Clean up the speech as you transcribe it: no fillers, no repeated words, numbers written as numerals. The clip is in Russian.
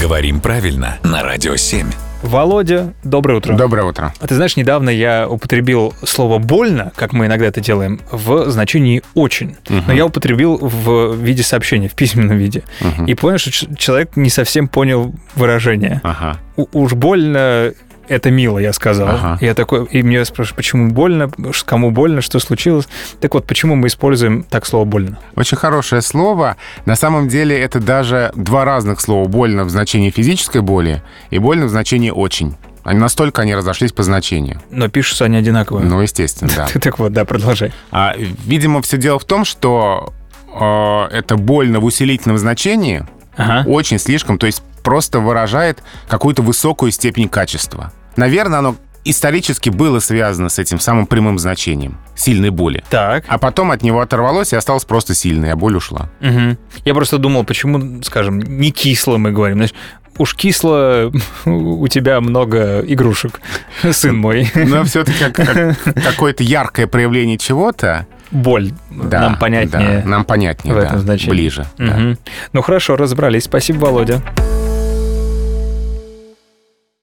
Говорим правильно на Радио 7. Володя, доброе утро. Доброе утро. А ты знаешь, недавно я употребил слово «больно», как мы иногда это делаем, в значении «очень». Но я употребил в виде сообщения, в письменном виде. И понял, что человек не совсем понял выражение. Уж больно... Это мило, я сказал. Я такой, и меня спрашивают, почему больно, кому больно, что случилось. Так вот, почему мы используем так слово «больно»? Очень хорошее слово. На самом деле это даже два разных слова. Больно в значении физической боли и больно в значении «очень». Настолько они разошлись по значению. Но пишутся они одинаково. Ну, естественно, да. Так вот, да, продолжай. Видимо, все дело в том, что это больно в усилительном значении очень слишком, то есть просто выражает какую-то высокую степень качества. Наверное, оно исторически было связано с этим самым прямым значением сильной боли. Так. А потом от него оторвалось и осталось просто сильной, а боль ушла. Я просто думал, почему, скажем, не кисло мы говорим. Знаешь, уж кисло, у тебя много игрушек, сын мой. Но все-таки какое-то яркое проявление чего-то. Боль. Да, нам понятнее. Да, нам понятнее, в этом значении. Ближе. Ну хорошо, разобрались. Спасибо, Володя.